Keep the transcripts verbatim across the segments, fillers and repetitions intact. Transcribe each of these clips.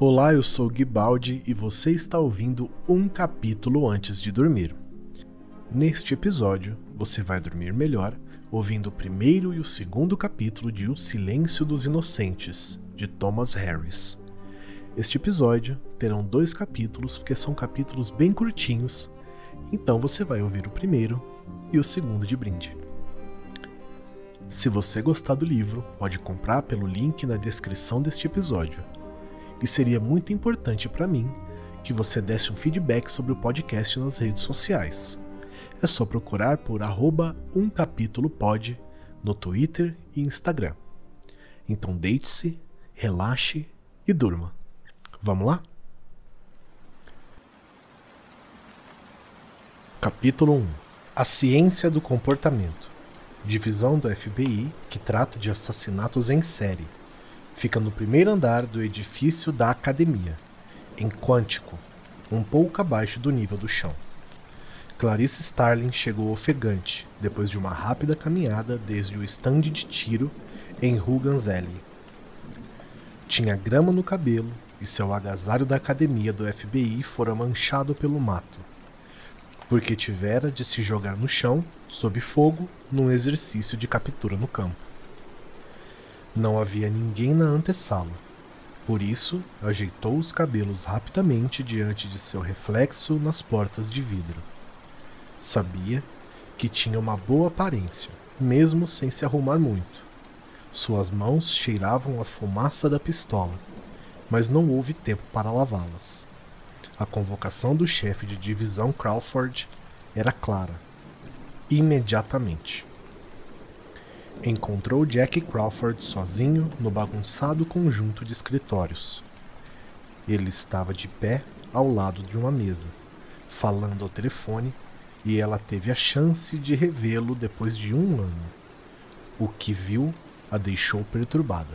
Olá, eu sou Gui Baldi e você está ouvindo um capítulo antes de dormir. Neste episódio, você vai dormir melhor ouvindo o primeiro e o segundo capítulo de O Silêncio dos Inocentes, de Thomas Harris. Este episódio terão dois capítulos porque são capítulos bem curtinhos, então você vai ouvir o primeiro e o segundo de brinde. Se você gostar do livro, pode comprar pelo link na descrição deste episódio. E seria muito importante para mim que você desse um feedback sobre o podcast nas redes sociais. É só procurar por arroba um capítulo pod no Twitter e Instagram. Então deite-se, relaxe e durma. Vamos lá? Capítulo um. A Ciência do Comportamento. Divisão do F B I que trata de assassinatos em série. Fica no primeiro andar do edifício da academia, em Quantico, um pouco abaixo do nível do chão. Clarice Starling chegou ofegante, depois de uma rápida caminhada desde o estande de tiro em Huggins Alley. Tinha grama no cabelo e seu agasalho da academia do F B I fora manchado pelo mato, porque tivera de se jogar no chão, sob fogo, num exercício de captura no campo. Não havia ninguém na antessala, por isso ajeitou os cabelos rapidamente diante de seu reflexo nas portas de vidro. Sabia que tinha uma boa aparência, mesmo sem se arrumar muito. Suas mãos cheiravam a fumaça da pistola, mas não houve tempo para lavá-las. A convocação do chefe de divisão Crawford era clara. Imediatamente. Encontrou Jack Crawford sozinho no bagunçado conjunto de escritórios. Ele estava de pé ao lado de uma mesa, falando ao telefone, e ela teve a chance de revê-lo depois de um ano. O que viu a deixou perturbada.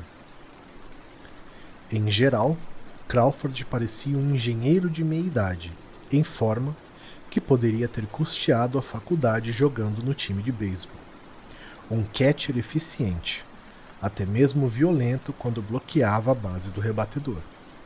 Em geral, Crawford parecia um engenheiro de meia-idade, em forma, que poderia ter custeado a faculdade jogando no time de beisebol. Um catcher eficiente, até mesmo violento quando bloqueava a base do rebatedor.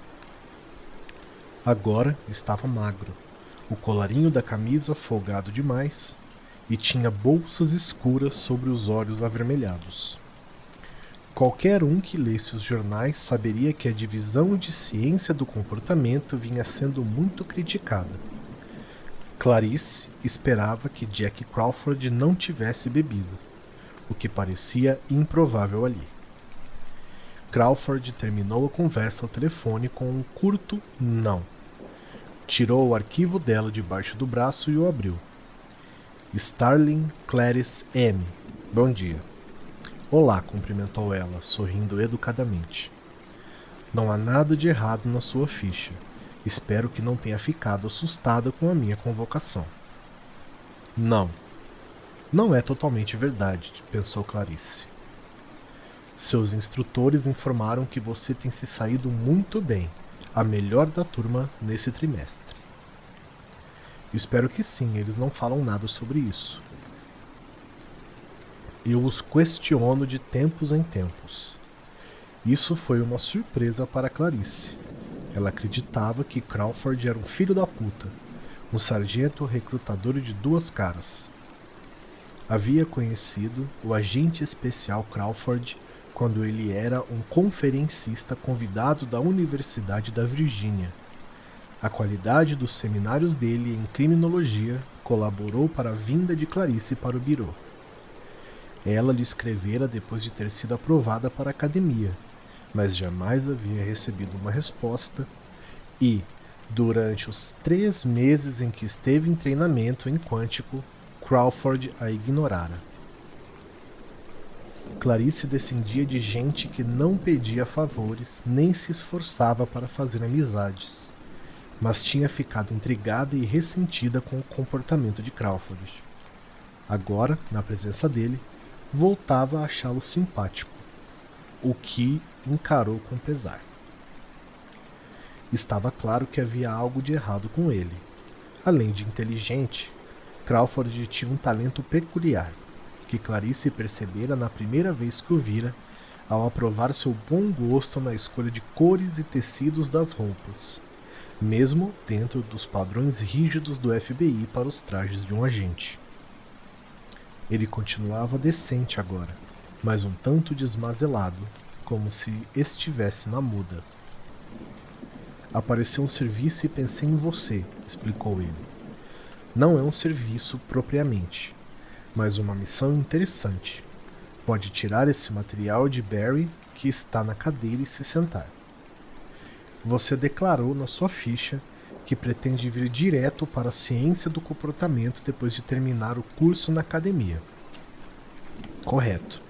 Agora estava magro, o colarinho da camisa folgado demais e tinha bolsas escuras sobre os olhos avermelhados. Qualquer um que lesse os jornais saberia que a divisão de ciência do comportamento vinha sendo muito criticada. Clarice esperava que Jack Crawford não tivesse bebido, o que parecia improvável ali. Crawford terminou a conversa ao telefone com um curto não. Tirou o arquivo dela debaixo do braço e o abriu. Starling Clarice M. Bom dia. Olá, cumprimentou ela, sorrindo educadamente. Não há nada de errado na sua ficha. Espero que não tenha ficado assustada com a minha convocação. Não. Não é totalmente verdade, pensou Clarice. Seus instrutores informaram que você tem se saído muito bem, a melhor da turma nesse trimestre. Espero que sim, eles não falam nada sobre isso. Eu os questiono de tempos em tempos. Isso foi uma surpresa para Clarice. Ela acreditava que Crawford era um filho da puta, um sargento recrutador de duas caras. Havia conhecido o agente especial Crawford quando ele era um conferencista convidado da Universidade da Virgínia. A qualidade dos seminários dele em criminologia colaborou para a vinda de Clarice para o birô. Ela lhe escrevera depois de ter sido aprovada para a academia, mas jamais havia recebido uma resposta e, durante os três meses em que esteve em treinamento em Quantico, Crawford a ignorara. Clarice descendia de gente que não pedia favores nem se esforçava para fazer amizades, mas tinha ficado intrigada e ressentida com o comportamento de Crawford. Agora, na presença dele, voltava a achá-lo simpático, o que encarou com pesar. Estava claro que havia algo de errado com ele. Além de inteligente, Crawford tinha um talento peculiar, que Clarice percebera na primeira vez que o vira, ao aprovar seu bom gosto na escolha de cores e tecidos das roupas, mesmo dentro dos padrões rígidos do F B I para os trajes de um agente. Ele continuava decente agora, mas um tanto desmazelado, como se estivesse na muda. Apareceu um serviço e pensei em você, explicou ele. Não é um serviço propriamente, mas uma missão interessante. Pode tirar esse material de Barry, que está na cadeira, e se sentar. Você declarou na sua ficha que pretende vir direto para a ciência do comportamento depois de terminar o curso na academia. Correto.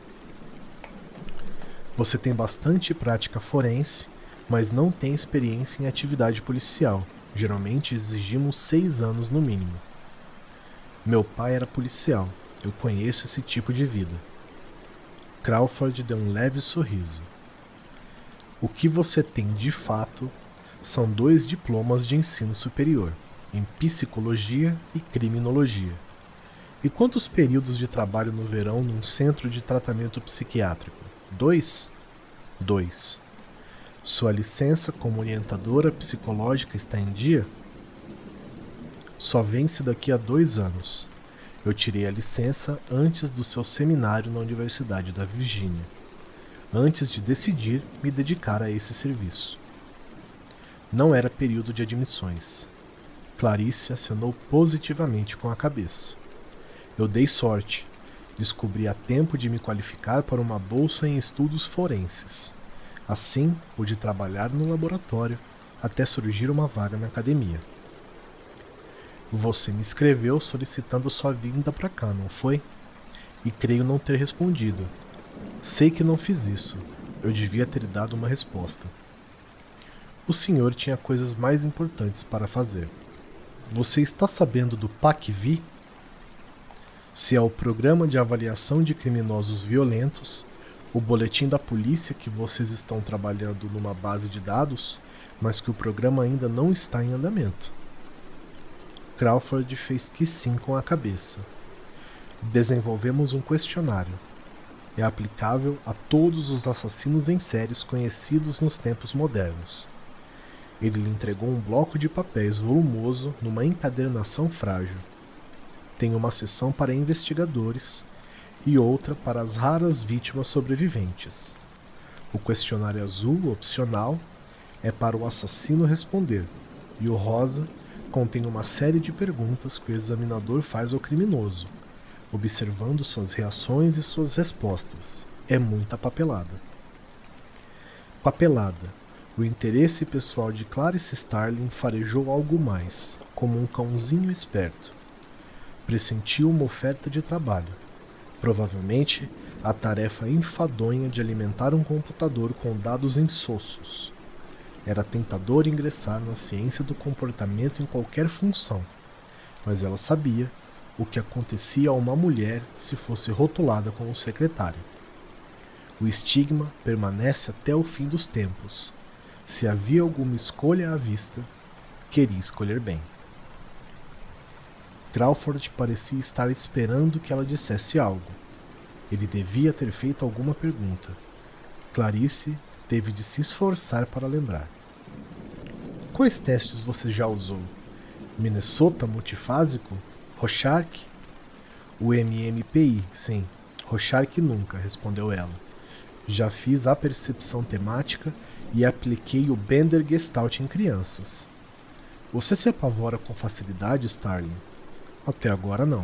Você tem bastante prática forense, mas não tem experiência em atividade policial. Geralmente exigimos seis anos no mínimo. Meu pai era policial. Eu conheço esse tipo de vida. Crawford deu um leve sorriso. O que você tem de fato são dois diplomas de ensino superior, em psicologia e criminologia. E quantos períodos de trabalho no verão num centro de tratamento psiquiátrico? Dois? Dois. Sua licença como orientadora psicológica está em dia? Só vence daqui a dois anos. Eu tirei a licença antes do seu seminário na Universidade da Virgínia, antes de decidir me dedicar a esse serviço. Não era período de admissões. Clarice acenou positivamente com a cabeça. Eu dei sorte. Descobri a tempo de me qualificar para uma bolsa em estudos forenses. Assim, pude trabalhar no laboratório até surgir uma vaga na academia. Você me escreveu solicitando sua vinda para cá, não foi? E creio não ter respondido. Sei que não fiz isso. Eu devia ter dado uma resposta. O senhor tinha coisas mais importantes para fazer. Você está sabendo do P A C V? Se é o Programa de Avaliação de Criminosos Violentos, o boletim da polícia que vocês estão trabalhando numa base de dados, mas que o programa ainda não está em andamento. Crawford fez que sim com a cabeça. Desenvolvemos um questionário. É aplicável a todos os assassinos em séries conhecidos nos tempos modernos. Ele lhe entregou um bloco de papéis volumoso numa encadernação frágil. Tem uma seção para investigadores e outra para as raras vítimas sobreviventes. O questionário azul, opcional, é para o assassino responder, e o rosa contém uma série de perguntas que o examinador faz ao criminoso, observando suas reações e suas respostas. É muita papelada. Papelada. O interesse pessoal de Clarice Starling farejou algo mais, como um cãozinho esperto. Pressentiu uma oferta de trabalho. Provavelmente, a tarefa enfadonha de alimentar um computador com dados insossos. Era tentador ingressar na ciência do comportamento em qualquer função, mas ela sabia o que acontecia a uma mulher se fosse rotulada como secretária. O estigma permanece até o fim dos tempos. Se havia alguma escolha à vista, queria escolher bem. Crawford parecia estar esperando que ela dissesse algo. Ele devia ter feito alguma pergunta. Clarice teve de se esforçar para lembrar. Quais testes você já usou? Minnesota multifásico? Rorschach? O M M P I, sim. Rorschach nunca, respondeu ela. Já fiz a percepção temática e apliquei o Bender Gestalt em crianças. Você se apavora com facilidade, Starling? Até agora não.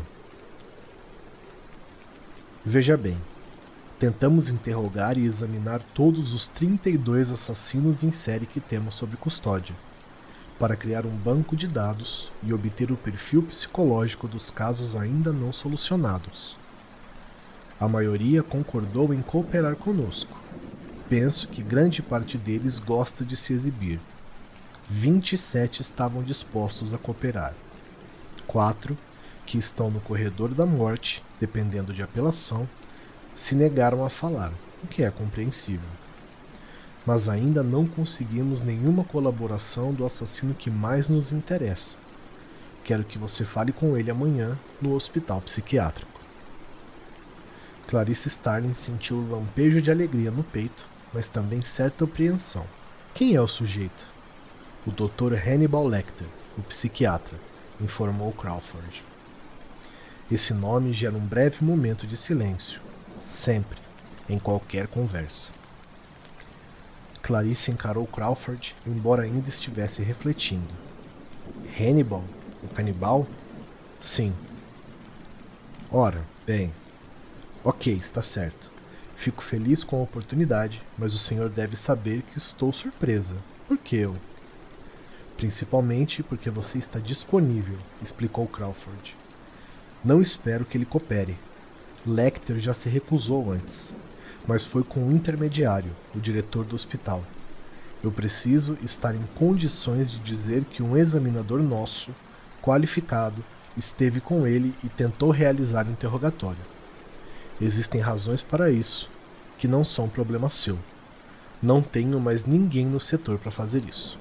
Veja bem, tentamos interrogar e examinar todos os trinta e dois assassinos em série que temos sob custódia, para criar um banco de dados e obter o perfil psicológico dos casos ainda não solucionados. A maioria concordou em cooperar conosco. Penso que grande parte deles gosta de se exibir. vinte e sete estavam dispostos a cooperar. Quatro, que estão no corredor da morte, dependendo de apelação, se negaram a falar, o que é compreensível. Mas ainda não conseguimos nenhuma colaboração do assassino que mais nos interessa. Quero que você fale com ele amanhã no hospital psiquiátrico. Clarice Starling sentiu um lampejo de alegria no peito, mas também certa apreensão. Quem é o sujeito? O doutor Hannibal Lecter, o psiquiatra, informou Crawford. Esse nome gera um breve momento de silêncio, sempre, em qualquer conversa. Clarice encarou Crawford, embora ainda estivesse refletindo. Hannibal? O canibal? Sim. Ora, bem. Ok, está certo. Fico feliz com a oportunidade, mas o senhor deve saber que estou surpresa. Por que eu? Principalmente porque você está disponível, explicou Crawford. Não espero que ele coopere. Lecter já se recusou antes, mas foi com um intermediário, o diretor do hospital. Eu preciso estar em condições de dizer que um examinador nosso, qualificado, esteve com ele e tentou realizar o interrogatório. Existem razões para isso, que não são problema seu. Não tenho mais ninguém no setor para fazer isso.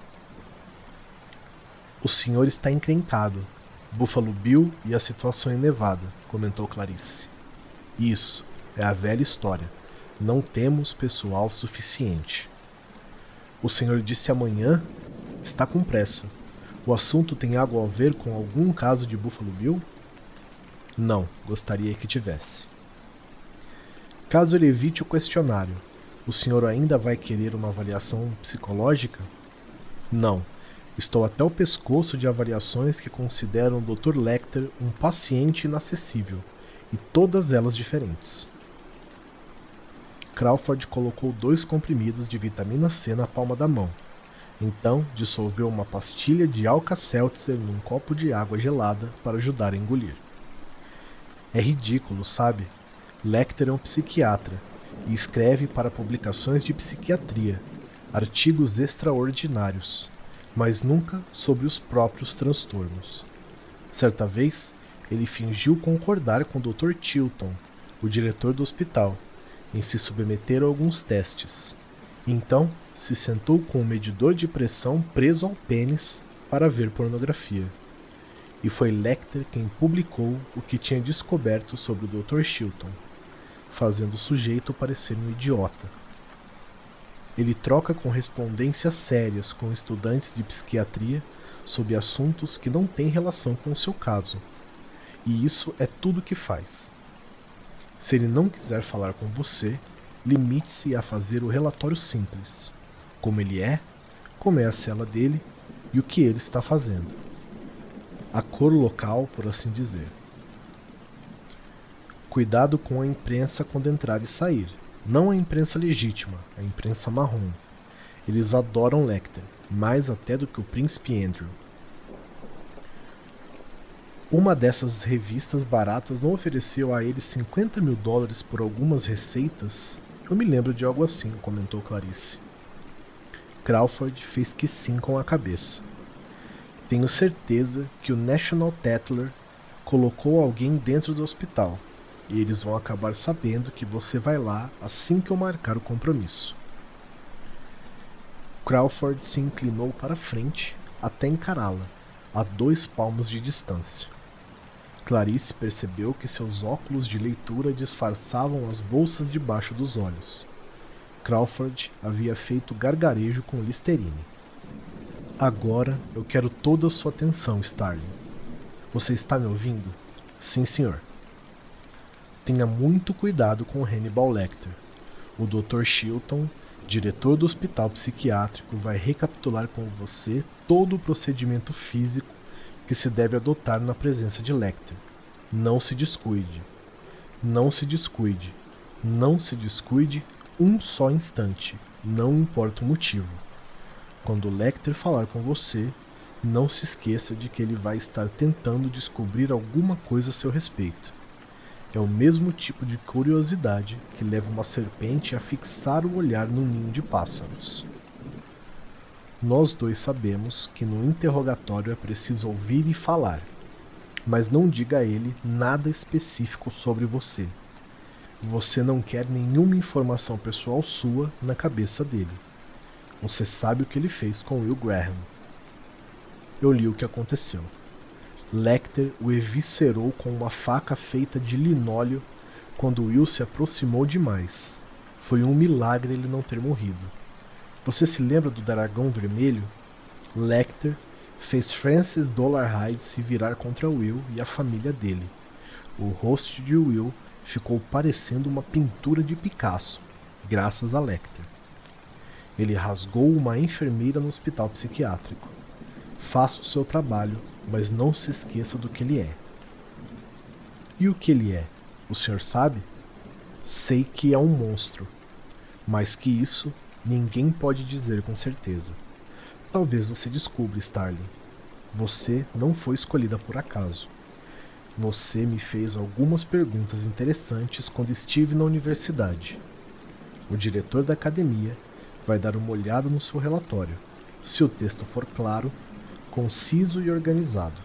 O senhor está encrencado. Buffalo Bill e a situação em Nevada, comentou Clarice. Isso, é a velha história. Não temos pessoal suficiente. O senhor disse amanhã? Está com pressa. O assunto tem algo a ver com algum caso de Buffalo Bill? Não, gostaria que tivesse. Caso ele evite o questionário, o senhor ainda vai querer uma avaliação psicológica? Não. Estou até o pescoço de avaliações que consideram o doutor Lecter um paciente inacessível, e todas elas diferentes. Crawford colocou dois comprimidos de vitamina C na palma da mão. Então, dissolveu uma pastilha de Alka-Seltzer num copo de água gelada para ajudar a engolir. É ridículo, sabe? Lecter é um psiquiatra e escreve para publicações de psiquiatria, artigos extraordinários, mas nunca sobre os próprios transtornos. Certa vez, ele fingiu concordar com o doutor Chilton, o diretor do hospital, em se submeter a alguns testes. Então, se sentou com um medidor de pressão preso ao pênis para ver pornografia. E foi Lecter quem publicou o que tinha descoberto sobre o doutor Chilton, fazendo o sujeito parecer um idiota. Ele troca correspondências sérias com estudantes de psiquiatria sobre assuntos que não têm relação com o seu caso. E isso é tudo que faz. Se ele não quiser falar com você, limite-se a fazer o relatório simples. Como ele é, como é a cela dele e o que ele está fazendo. A cor local, por assim dizer. Cuidado com a imprensa quando entrar e sair. Não a imprensa legítima, a imprensa marrom. Eles adoram Lecter, mais até do que o príncipe Andrew. Uma dessas revistas baratas não ofereceu a ele cinquenta mil dólares por algumas receitas? Eu me lembro de algo assim, comentou Clarice. Crawford fez que sim com a cabeça. Tenho certeza que o National Tatler colocou alguém dentro do hospital. E eles vão acabar sabendo que você vai lá assim que eu marcar o compromisso. Crawford se inclinou para frente até encará-la, a dois palmos de distância. Clarice percebeu que seus óculos de leitura disfarçavam as bolsas debaixo dos olhos. Crawford havia feito gargarejo com Listerine. Agora eu quero toda a sua atenção, Starling. Você está me ouvindo? Sim, senhor. Tenha muito cuidado com Hannibal Lecter. O doutor Chilton, diretor do hospital psiquiátrico, vai recapitular com você todo o procedimento físico que se deve adotar na presença de Lecter. Não se descuide. Não se descuide. Não se descuide um só instante. Não importa o motivo. Quando Lecter falar com você, não se esqueça de que ele vai estar tentando descobrir alguma coisa a seu respeito. É o mesmo tipo de curiosidade que leva uma serpente a fixar o olhar no ninho de pássaros. Nós dois sabemos que no interrogatório é preciso ouvir e falar, mas não diga a ele nada específico sobre você. Você não quer nenhuma informação pessoal sua na cabeça dele. Você sabe o que ele fez com Will Graham. Eu li o que aconteceu. Lecter o eviscerou com uma faca feita de linóleo quando Will se aproximou demais. Foi um milagre ele não ter morrido. Você se lembra do dragão vermelho? Lecter fez Francis Dolarhyde se virar contra Will e a família dele. O rosto de Will ficou parecendo uma pintura de Picasso, graças a Lecter. Ele rasgou uma enfermeira no hospital psiquiátrico. Faça o seu trabalho, mas não se esqueça do que ele é. E o que ele é? O senhor sabe? Sei que é um monstro. Mais que isso, ninguém pode dizer com certeza. Talvez você descubra, Starling. Você não foi escolhida por acaso. Você me fez algumas perguntas interessantes quando estive na universidade. O diretor da academia vai dar uma olhada no seu relatório, se o texto for claro, conciso e organizado.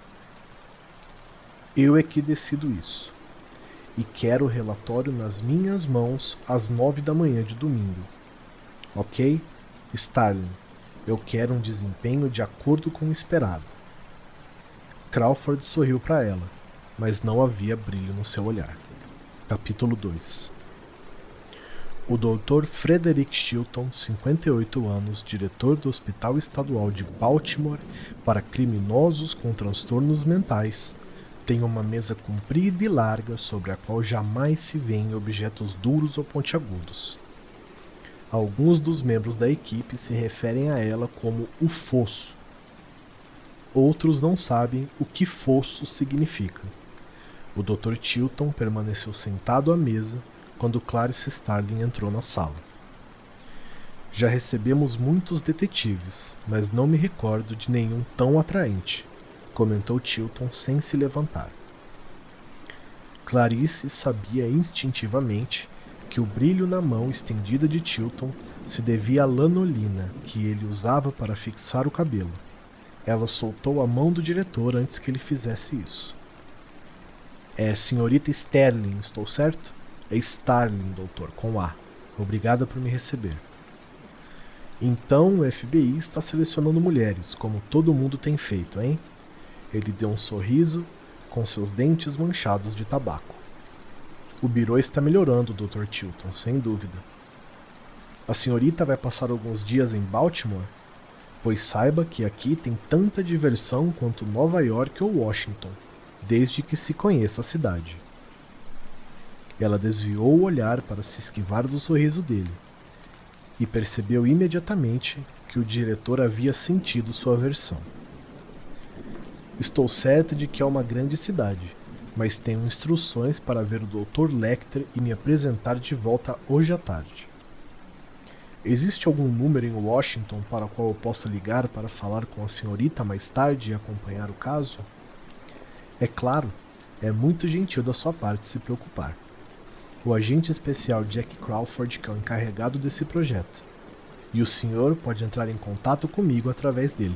Eu é que decido isso. E quero o relatório nas minhas mãos às nove da manhã de domingo. Ok? Starling, eu quero um desempenho de acordo com o esperado. Crawford sorriu para ela, mas não havia brilho no seu olhar. Capítulo dois. O doutor Frederick Chilton, cinquenta e oito anos, diretor do Hospital Estadual de Baltimore para criminosos com transtornos mentais, tem uma mesa comprida e larga sobre a qual jamais se vêem objetos duros ou pontiagudos. Alguns dos membros da equipe se referem a ela como o fosso. Outros não sabem o que fosso significa. O doutor Chilton permaneceu sentado à mesa quando Clarice Starling entrou na sala. Já recebemos muitos detetives, mas não me recordo de nenhum tão atraente, comentou Chilton sem se levantar. Clarice sabia instintivamente que o brilho na mão estendida de Chilton se devia à lanolina que ele usava para fixar o cabelo. Ela soltou a mão do diretor antes que ele fizesse isso. É senhorita Sterling, estou certo? É Starling, doutor, com A. Obrigada por me receber. Então o F B I está selecionando mulheres, como todo mundo tem feito, hein? Ele deu um sorriso com seus dentes manchados de tabaco. O birô está melhorando, doutor Chilton, sem dúvida. A senhorita vai passar alguns dias em Baltimore? Pois saiba que aqui tem tanta diversão quanto Nova York ou Washington, desde que se conheça a cidade. Ela desviou o olhar para se esquivar do sorriso dele, e percebeu imediatamente que o diretor havia sentido sua aversão. Estou certa de que é uma grande cidade, mas tenho instruções para ver o doutor Lecter e me apresentar de volta hoje à tarde. Existe algum número em Washington para o qual eu possa ligar para falar com a senhorita mais tarde e acompanhar o caso? É claro, é muito gentil da sua parte se preocupar. O agente especial Jack Crawford que é o encarregado desse projeto, e o senhor pode entrar em contato comigo através dele.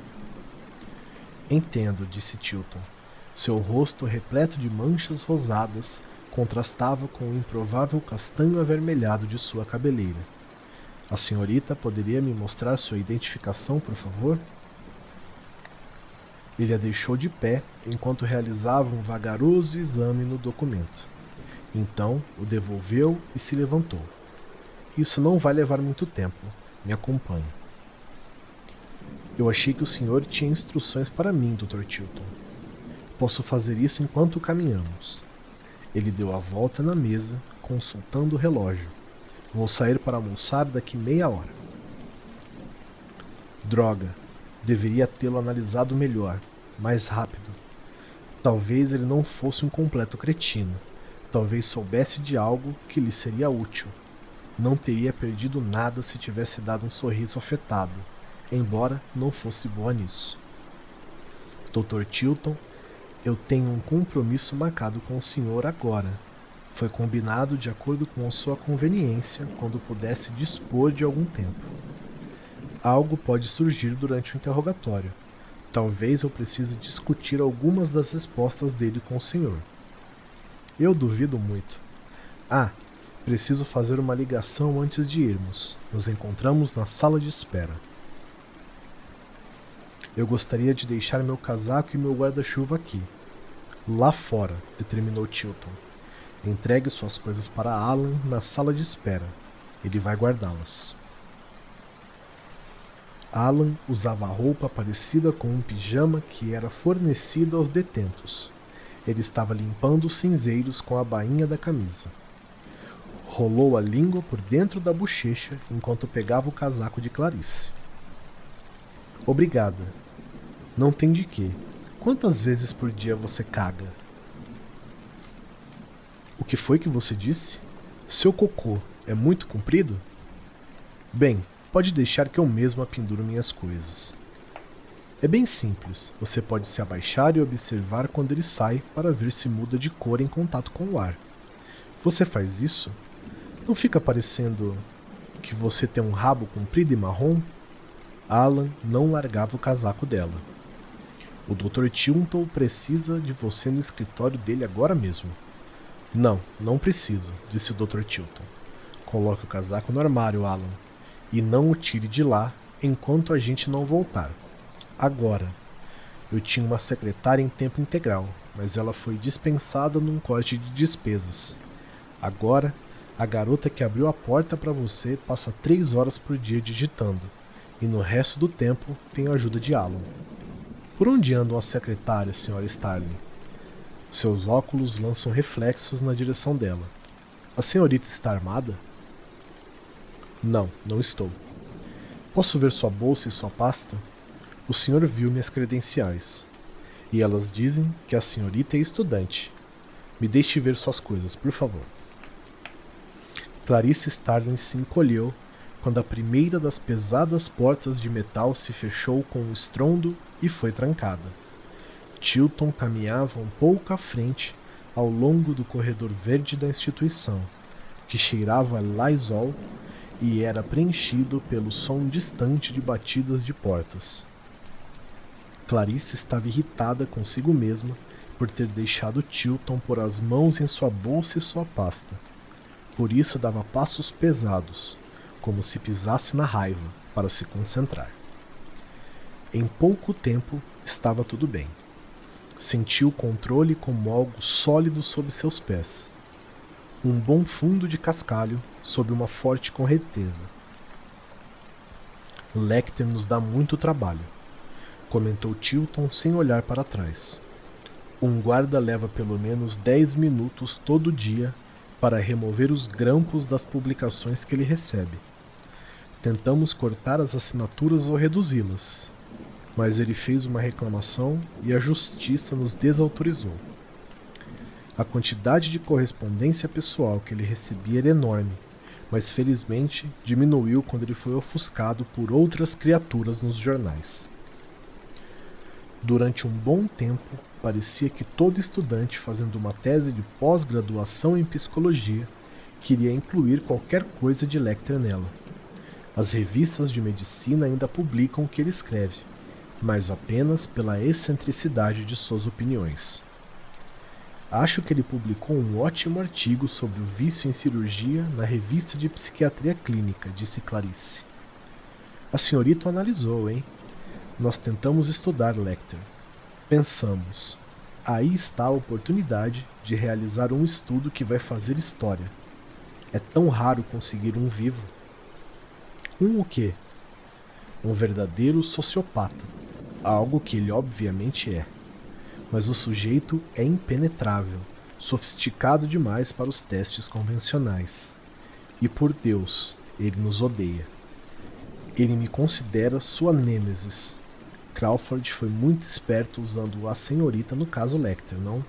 Entendo, disse Chilton. Seu rosto repleto de manchas rosadas contrastava com o improvável castanho avermelhado de sua cabeleira. A senhorita poderia me mostrar sua identificação, por favor? Ele a deixou de pé enquanto realizava um vagaroso exame no documento. Então o devolveu e se levantou. Isso não vai levar muito tempo. Me acompanhe. Eu achei que o senhor tinha instruções para mim, doutor Chilton. Posso fazer isso enquanto caminhamos. Ele deu a volta na mesa, consultando o relógio. Vou sair para almoçar daqui meia hora. Droga. Deveria tê-lo analisado melhor, mais rápido. Talvez ele não fosse um completo cretino. Talvez soubesse de algo que lhe seria útil. Não teria perdido nada se tivesse dado um sorriso afetado, embora não fosse boa nisso. doutor Chilton, eu tenho um compromisso marcado com o senhor agora. Foi combinado de acordo com a sua conveniência quando pudesse dispor de algum tempo. Algo pode surgir durante o interrogatório. Talvez eu precise discutir algumas das respostas dele com o senhor. Eu duvido muito. Ah, preciso fazer uma ligação antes de irmos. Nos encontramos na sala de espera. Eu gostaria de deixar meu casaco e meu guarda-chuva aqui. Lá fora, determinou Chilton. Entregue suas coisas para Alan na sala de espera. Ele vai guardá-las. Alan usava roupa parecida com um pijama que era fornecido aos detentos. Ele estava limpando os cinzeiros com a bainha da camisa. Rolou a língua por dentro da bochecha enquanto pegava o casaco de Clarice. Obrigada. Não tem de quê. Quantas vezes por dia você caga? O que foi que você disse? Seu cocô é muito comprido? Bem, pode deixar que eu mesmo penduro minhas coisas. É bem simples. Você pode se abaixar e observar quando ele sai para ver se muda de cor em contato com o ar. Você faz isso? Não fica parecendo que você tem um rabo comprido e marrom? Alan não largava o casaco dela. O doutor Tilton precisa de você no escritório dele agora mesmo. Não, não preciso, disse o doutor Tilton. Coloque o casaco no armário, Alan, e não o tire de lá enquanto a gente não voltar. Agora. Eu tinha uma secretária em tempo integral, mas ela foi dispensada num corte de despesas. Agora, a garota que abriu a porta para você passa três horas por dia digitando, e no resto do tempo tem a ajuda de Alan. Por onde andam as secretárias, senhora Starling? Seus óculos lançam reflexos na direção dela. A senhorita está armada? Não, não estou. Posso ver sua bolsa e sua pasta? O senhor viu minhas credenciais. E elas dizem que a senhorita é estudante. Me deixe ver suas coisas, por favor. Clarice Starling se encolheu quando a primeira das pesadas portas de metal se fechou com um estrondo e foi trancada. Tilton caminhava um pouco à frente ao longo do corredor verde da instituição, que cheirava a Lysol e era preenchido pelo som distante de batidas de portas. Clarice estava irritada consigo mesma por ter deixado Tilton pôr as mãos em sua bolsa e sua pasta. Por isso dava passos pesados, como se pisasse na raiva, para se concentrar. Em pouco tempo estava tudo bem. Sentiu o controle como algo sólido sob seus pés. Um bom fundo de cascalho sob uma forte correnteza. Lecter nos dá muito trabalho, comentou Tilton sem olhar para trás. Um guarda leva pelo menos dez minutos todo dia para remover os grampos das publicações que ele recebe. Tentamos cortar as assinaturas ou reduzi-las, mas ele fez uma reclamação e a justiça nos desautorizou. A quantidade de correspondência pessoal que ele recebia era enorme, mas felizmente diminuiu quando ele foi ofuscado por outras criaturas nos jornais. Durante um bom tempo, parecia que todo estudante fazendo uma tese de pós-graduação em psicologia queria incluir qualquer coisa de Lecter nela. As revistas de medicina ainda publicam o que ele escreve, mas apenas pela excentricidade de suas opiniões. Acho que ele publicou um ótimo artigo sobre o vício em cirurgia na revista de psiquiatria clínica, disse Clarice. A senhorita analisou, hein? Nós tentamos estudar Lecter. Pensamos, aí está a oportunidade de realizar um estudo que vai fazer história. É tão raro conseguir um vivo. Um o quê? Um verdadeiro sociopata, algo que ele obviamente é. Mas o sujeito é impenetrável, sofisticado demais para os testes convencionais. E por Deus, ele nos odeia. Ele me considera sua nêmesis. Crawford foi muito esperto usando a senhorita no caso Lecter, não?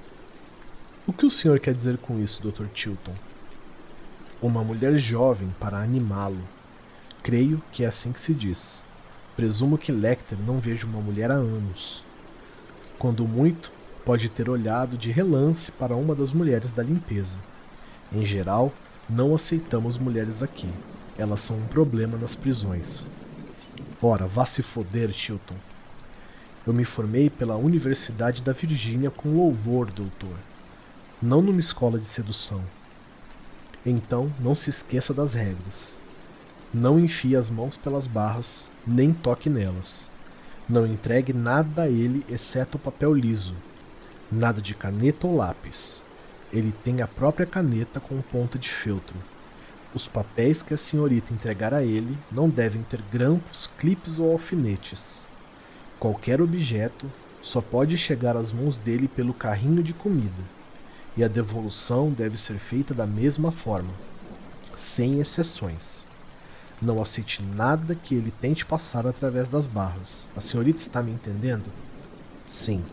O que o senhor quer dizer com isso, doutor Tilton? Uma mulher jovem para animá-lo. Creio que é assim que se diz. Presumo que Lecter não veja uma mulher há anos. Quando muito, pode ter olhado de relance para uma das mulheres da limpeza. Em geral, não aceitamos mulheres aqui. Elas são um problema nas prisões. Ora, vá se foder, Tilton. Eu me formei pela Universidade da Virgínia com louvor, doutor. Não numa escola de sedução. Então, não se esqueça das regras. Não enfie as mãos pelas barras, nem toque nelas. Não entregue nada a ele exceto o papel liso. Nada de caneta ou lápis. Ele tem a própria caneta com ponta de feltro. Os papéis que a senhorita entregar a ele não devem ter grampos, clipes ou alfinetes. Qualquer objeto só pode chegar às mãos dele pelo carrinho de comida, e a devolução deve ser feita da mesma forma, sem exceções. Não aceite nada que ele tente passar através das barras. A senhorita está me entendendo? Sim.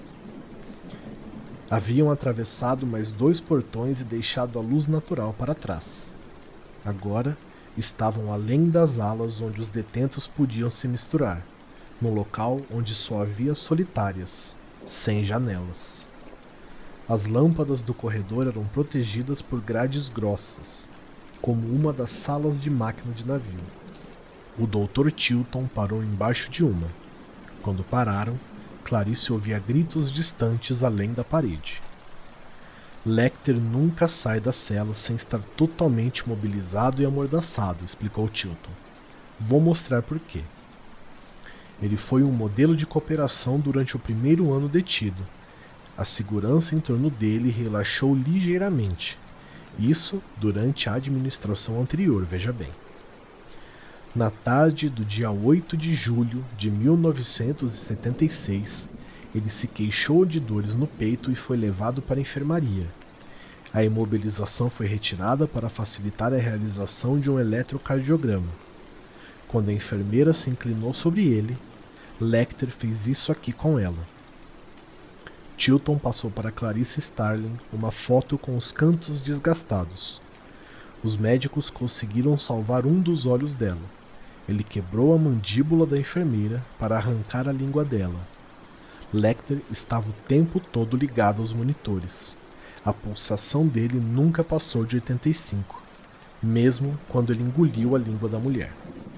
Haviam atravessado mais dois portões e deixado a luz natural para trás. Agora estavam além das alas onde os detentos podiam se misturar, num local onde só havia solitárias, sem janelas. As lâmpadas do corredor eram protegidas por grades grossas, como uma das salas de máquina de navio. O doutor Tilton parou embaixo de uma. Quando pararam, Clarice ouvia gritos distantes além da parede. Lecter nunca sai da cela sem estar totalmente mobilizado e amordaçado, explicou Tilton. Vou mostrar por quê. Ele foi um modelo de cooperação durante o primeiro ano detido. A segurança em torno dele relaxou ligeiramente. Isso durante a administração anterior, veja bem. Na tarde do dia oito de julho de mil novecentos e setenta e seis, ele se queixou de dores no peito e foi levado para a enfermaria. A imobilização foi retirada para facilitar a realização de um eletrocardiograma. Quando a enfermeira se inclinou sobre ele, Lecter fez isso aqui com ela. Tilton passou para Clarice Starling uma foto com os cantos desgastados. Os médicos conseguiram salvar um dos olhos dela. Ele quebrou a mandíbula da enfermeira para arrancar a língua dela. Lecter estava o tempo todo ligado aos monitores. A pulsação dele nunca passou de oitenta e cinco, mesmo quando ele engoliu a língua da mulher.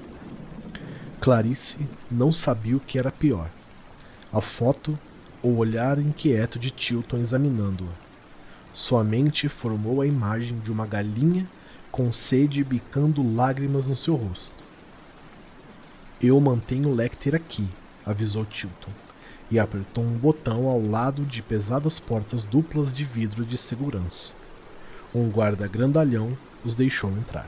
Clarice não sabia o que era pior: a foto ou o olhar inquieto de Tilton examinando-a. Sua mente formou a imagem de uma galinha com sede bicando lágrimas no seu rosto. Eu mantenho Lecter aqui, avisou Tilton, e apertou um botão ao lado de pesadas portas duplas de vidro de segurança. Um guarda grandalhão os deixou entrar.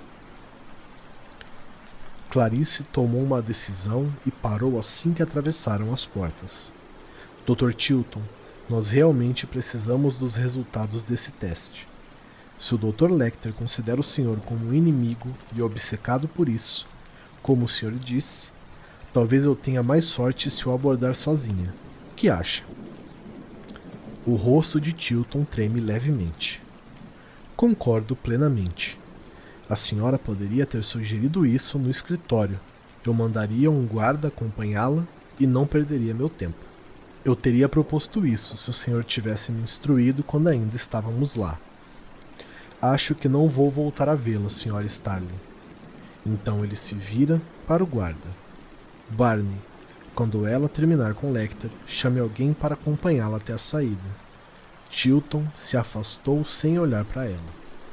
Clarice tomou uma decisão e parou assim que atravessaram as portas. doutor Tilton, nós realmente precisamos dos resultados desse teste. Se o doutor Lecter considera o senhor como um inimigo e obcecado por isso, como o senhor disse, talvez eu tenha mais sorte se o abordar sozinha. O que acha? O rosto de Tilton treme levemente. Concordo plenamente. A senhora poderia ter sugerido isso no escritório. Eu mandaria um guarda acompanhá-la e não perderia meu tempo. Eu teria proposto isso se o senhor tivesse me instruído quando ainda estávamos lá. Acho que não vou voltar a vê-la, senhora Starling. Então ele se vira para o guarda. Barney, quando ela terminar com Lecter, chame alguém para acompanhá-la até a saída. Tilton se afastou sem olhar para ela.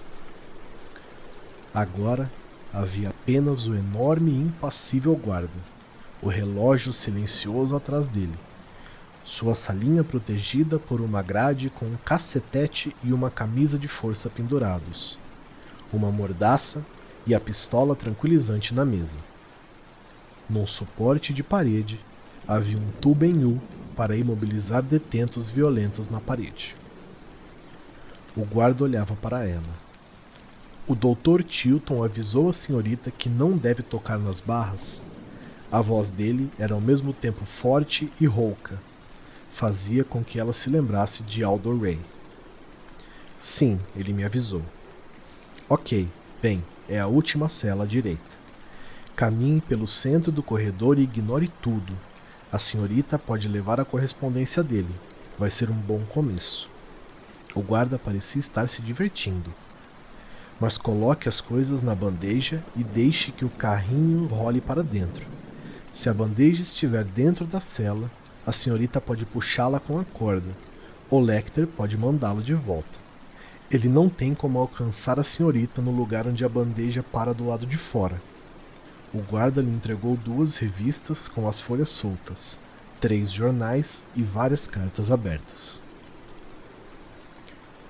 Agora havia apenas o enorme e impassível guarda, o relógio silencioso atrás dele, sua salinha protegida por uma grade com um cacetete e uma camisa de força pendurados, uma mordaça e a pistola tranquilizante na mesa. Num suporte de parede havia um tubo em U para imobilizar detentos violentos na parede. O guarda olhava para ela. O doutor Tilton avisou a senhorita que não deve tocar nas barras. A voz dele era ao mesmo tempo forte e rouca. Fazia com que ela se lembrasse de Aldo Ray. Sim, ele me avisou. Ok, bem, é a última cela à direita. Caminhe pelo centro do corredor e ignore tudo. A senhorita pode levar a correspondência dele. Vai ser um bom começo. O guarda parecia estar se divertindo. Mas coloque as coisas na bandeja e deixe que o carrinho role para dentro. Se a bandeja estiver dentro da cela, a senhorita pode puxá-la com a corda. O Lecter pode mandá-lo de volta. Ele não tem como alcançar a senhorita no lugar onde a bandeja para do lado de fora. O guarda lhe entregou duas revistas com as folhas soltas, três jornais e várias cartas abertas.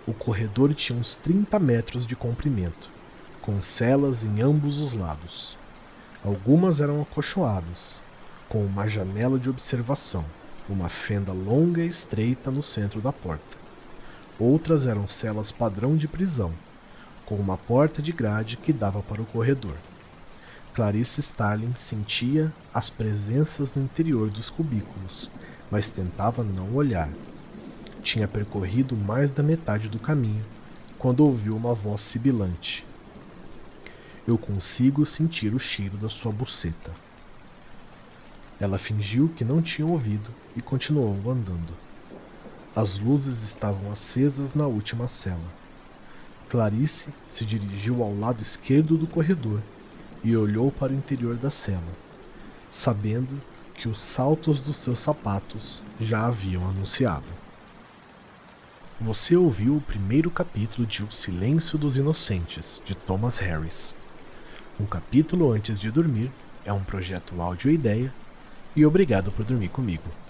O corredor tinha uns trinta metros de comprimento, com celas em ambos os lados. Algumas eram acolchoadas, com uma janela de observação, uma fenda longa e estreita no centro da porta. Outras eram celas padrão de prisão, com uma porta de grade que dava para o corredor. Clarice Starling sentia as presenças no interior dos cubículos, mas tentava não olhar. Tinha percorrido mais da metade do caminho, quando ouviu uma voz sibilante. Eu consigo sentir o cheiro da sua buceta. Ela fingiu que não tinha ouvido e continuou andando. As luzes estavam acesas na última cela. Clarice se dirigiu ao lado esquerdo do corredor e olhou para o interior da cela, sabendo que os saltos dos seus sapatos já haviam anunciado. Você ouviu o primeiro capítulo de O Silêncio dos Inocentes, de Thomas Harris. Um capítulo antes de dormir é um projeto áudio e ideia, e obrigado por dormir comigo.